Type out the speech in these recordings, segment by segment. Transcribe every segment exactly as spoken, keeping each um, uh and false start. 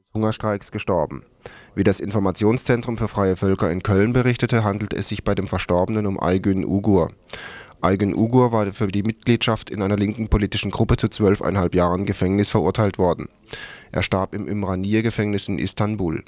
Hungerstreiks gestorben. Wie das Informationszentrum für freie Völker in Köln berichtete, handelt es sich bei dem Verstorbenen um Aygün Ugur. Aygün Ugur war für die Mitgliedschaft in einer linken politischen Gruppe zu zwölfeinhalb Jahren Gefängnis verurteilt worden. Er starb im Ümraniye-Gefängnis in Istanbul.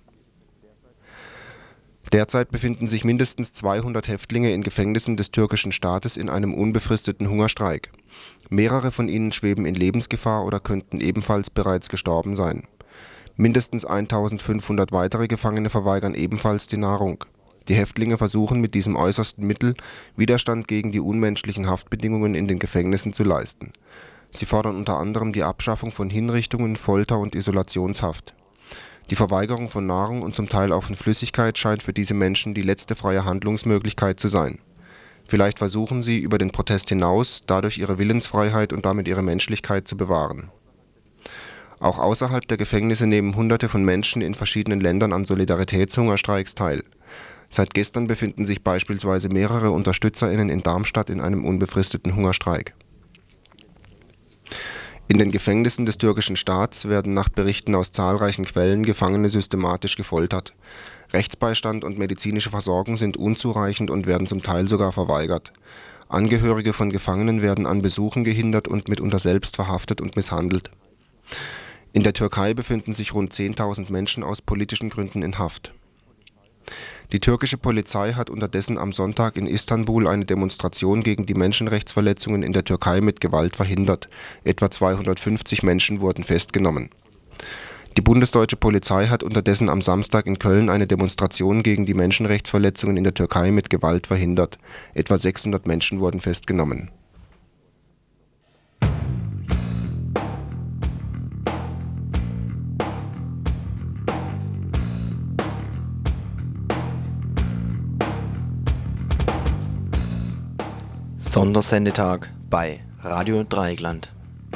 Derzeit befinden sich mindestens zweihundert Häftlinge in Gefängnissen des türkischen Staates in einem unbefristeten Hungerstreik. Mehrere von ihnen schweben in Lebensgefahr oder könnten ebenfalls bereits gestorben sein. Mindestens eintausendfünfhundert weitere Gefangene verweigern ebenfalls die Nahrung. Die Häftlinge versuchen mit diesem äußersten Mittel Widerstand gegen die unmenschlichen Haftbedingungen in den Gefängnissen zu leisten. Sie fordern unter anderem die Abschaffung von Hinrichtungen, Folter und Isolationshaft. Die Verweigerung von Nahrung und zum Teil auch von Flüssigkeit scheint für diese Menschen die letzte freie Handlungsmöglichkeit zu sein. Vielleicht versuchen sie, über den Protest hinaus dadurch ihre Willensfreiheit und damit ihre Menschlichkeit zu bewahren. Auch außerhalb der Gefängnisse nehmen Hunderte von Menschen in verschiedenen Ländern an Solidaritätshungerstreiks teil. Seit gestern befinden sich beispielsweise mehrere UnterstützerInnen in Darmstadt in einem unbefristeten Hungerstreik. In den Gefängnissen des türkischen Staats werden nach Berichten aus zahlreichen Quellen Gefangene systematisch gefoltert. Rechtsbeistand und medizinische Versorgung sind unzureichend und werden zum Teil sogar verweigert. Angehörige von Gefangenen werden an Besuchen gehindert und mitunter selbst verhaftet und misshandelt. In der Türkei befinden sich rund zehntausend Menschen aus politischen Gründen in Haft. Die türkische Polizei hat unterdessen am Sonntag in Istanbul eine Demonstration gegen die Menschenrechtsverletzungen in der Türkei mit Gewalt verhindert. Etwa zweihundertfünfzig Menschen wurden festgenommen. Die bundesdeutsche Polizei hat unterdessen am Samstag in Köln eine Demonstration gegen die Menschenrechtsverletzungen in der Türkei mit Gewalt verhindert. Etwa sechshundert Menschen wurden festgenommen. Sondersendetag bei Radio Dreieckland.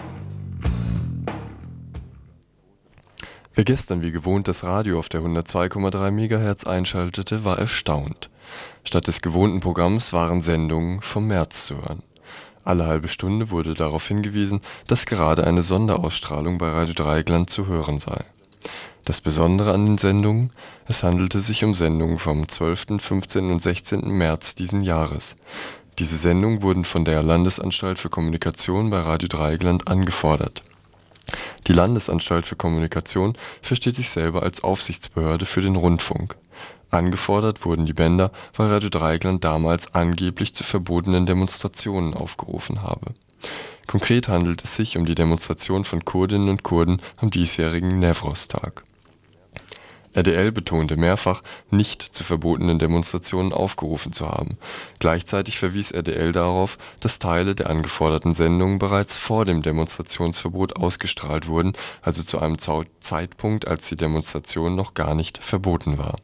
Wer gestern wie gewohnt das Radio auf der hundertzwei Komma drei Megahertz einschaltete, war erstaunt. Statt des gewohnten Programms waren Sendungen vom März zu hören. Alle halbe Stunde wurde darauf hingewiesen, dass gerade eine Sonderausstrahlung bei Radio Dreieckland zu hören sei. Das Besondere an den Sendungen: Es handelte sich um Sendungen vom zwölften, fünfzehnten und sechzehnten März diesen Jahres. Diese Sendungen wurden von der Landesanstalt für Kommunikation bei Radio Dreieckland angefordert. Die Landesanstalt für Kommunikation versteht sich selber als Aufsichtsbehörde für den Rundfunk. Angefordert wurden die Bänder, weil Radio Dreieckland damals angeblich zu verbotenen Demonstrationen aufgerufen habe. Konkret handelt es sich um die Demonstration von Kurdinnen und Kurden am diesjährigen Newroz-Tag. R D L betonte mehrfach, nicht zu verbotenen Demonstrationen aufgerufen zu haben. Gleichzeitig verwies R D L darauf, dass Teile der angeforderten Sendungen bereits vor dem Demonstrationsverbot ausgestrahlt wurden, also zu einem Zeitpunkt, als die Demonstration noch gar nicht verboten war.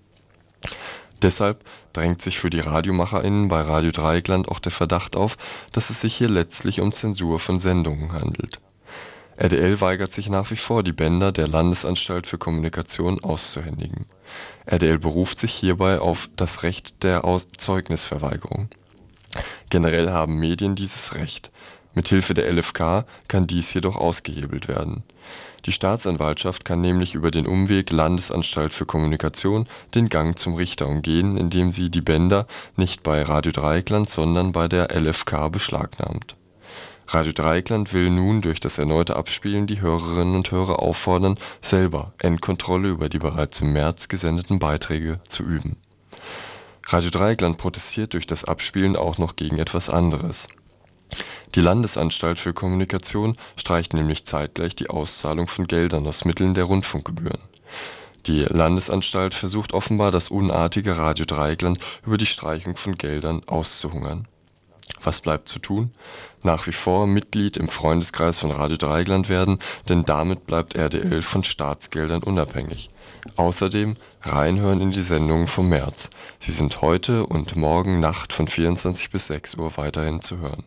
Deshalb drängt sich für die RadiomacherInnen bei Radio Dreieckland auch der Verdacht auf, dass es sich hier letztlich um Zensur von Sendungen handelt. R D L weigert sich nach wie vor, die Bänder der Landesanstalt für Kommunikation auszuhändigen. R D L beruft sich hierbei auf das Recht der Aus- Zeugnisverweigerung. Generell haben Medien dieses Recht. Mithilfe der L F K kann dies jedoch ausgehebelt werden. Die Staatsanwaltschaft kann nämlich über den Umweg Landesanstalt für Kommunikation den Gang zum Richter umgehen, indem sie die Bänder nicht bei Radio Dreieckland, sondern bei der L F K beschlagnahmt. Radio Dreieckland will nun durch das erneute Abspielen die Hörerinnen und Hörer auffordern, selber Endkontrolle über die bereits im März gesendeten Beiträge zu üben. Radio Dreieckland protestiert durch das Abspielen auch noch gegen etwas anderes. Die Landesanstalt für Kommunikation streicht nämlich zeitgleich die Auszahlung von Geldern aus Mitteln der Rundfunkgebühren. Die Landesanstalt versucht offenbar, das unartige Radio Dreieckland über die Streichung von Geldern auszuhungern. Was bleibt zu tun? Nach wie vor Mitglied im Freundeskreis von Radio Dreieckland werden, denn damit bleibt R D L von Staatsgeldern unabhängig. Außerdem reinhören in die Sendungen vom März. Sie sind heute und morgen Nacht von vierundzwanzig bis sechs Uhr weiterhin zu hören.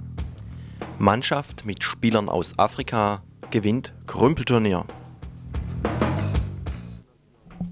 Mannschaft mit Spielern aus Afrika gewinnt Krümpelturnier.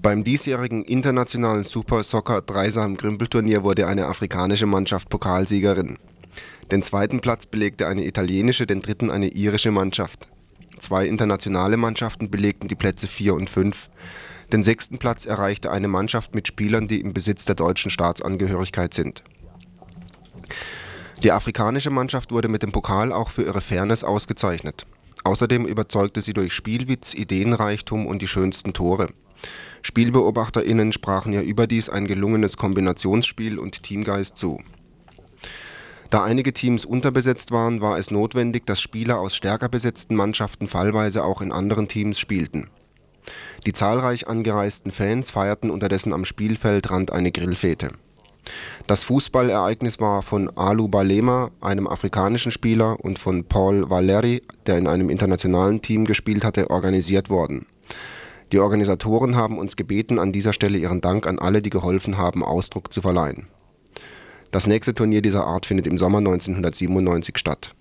Beim diesjährigen internationalen Super Soccer Dreisam-Grümpel-Turnier wurde eine afrikanische Mannschaft Pokalsiegerin. Den zweiten Platz belegte eine italienische, den dritten eine irische Mannschaft. Zwei internationale Mannschaften belegten die Plätze vier und fünf. Den sechsten Platz erreichte eine Mannschaft mit Spielern, die im Besitz der deutschen Staatsangehörigkeit sind. Die afrikanische Mannschaft wurde mit dem Pokal auch für ihre Fairness ausgezeichnet. Außerdem überzeugte sie durch Spielwitz, Ideenreichtum und die schönsten Tore. SpielbeobachterInnen sprachen ihr überdies ein gelungenes Kombinationsspiel und Teamgeist zu. Da einige Teams unterbesetzt waren, war es notwendig, dass Spieler aus stärker besetzten Mannschaften fallweise auch in anderen Teams spielten. Die zahlreich angereisten Fans feierten unterdessen am Spielfeldrand eine Grillfete. Das Fußballereignis war von Alou Balema, einem afrikanischen Spieler, und von Paul Valéry, der in einem internationalen Team gespielt hatte, organisiert worden. Die Organisatoren haben uns gebeten, an dieser Stelle ihren Dank an alle, die geholfen haben, Ausdruck zu verleihen. Das nächste Turnier dieser Art findet im Sommer neunzehnhundertsiebenundneunzig statt.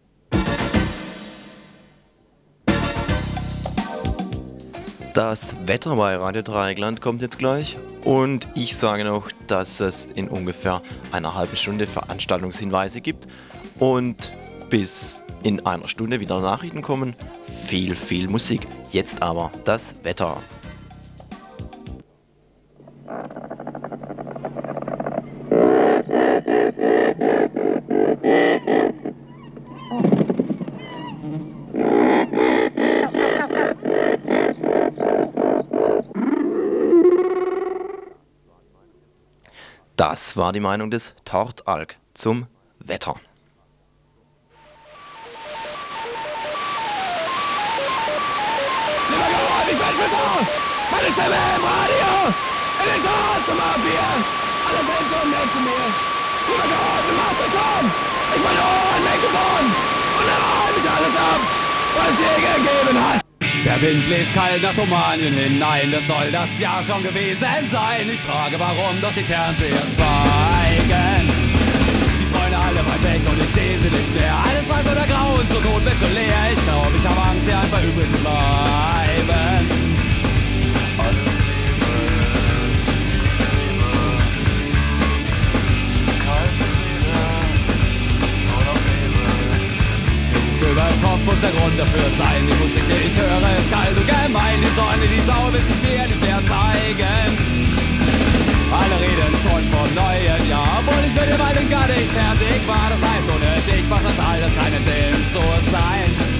Das Wetter bei Radio Dreieckland kommt jetzt gleich und ich sage noch, dass es in ungefähr einer halben Stunde Veranstaltungshinweise gibt und bis in einer Stunde wieder Nachrichten kommen. Viel, viel Musik. Jetzt aber das Wetter. Das war die Meinung des Tortalk zum Wetter. Lieber Gott, ich werde mir so! Meine Stimme im Radio! In den Charts zum Bier! Alle sind so nett zu mir! Lieber Gott, du machst es schon! Ich bin nur ein Mikrofon! Und er räumt mich alles ab, was dir gegeben hat! Der Wind bläst kalt nach Romanien hinein, das soll das Jahr schon gewesen sein. Ich frage warum, doch die Fernseher schweigen. Die Freunde alle weit weg und ich sehe sie nicht mehr. Alles weiß oder grau und zur Not wird schon leer. Ich glaube, ich habe Angst, hier einfach übrig zu bleiben. Alles Liebe, Liebe, kalte Seele, nur noch Liebe. Über den Kopf muss der Grund dafür sein. Die Musik, die ich höre, ist kalt und gemein. Die Sonne, die Sau will sich mir nicht mehr zeigen. Alle reden schon vom neuen Jahr, obwohl ich mit dem alten gar nicht fertig war. Das heißt, ohne dich macht das alles keinen Sinn zu sein.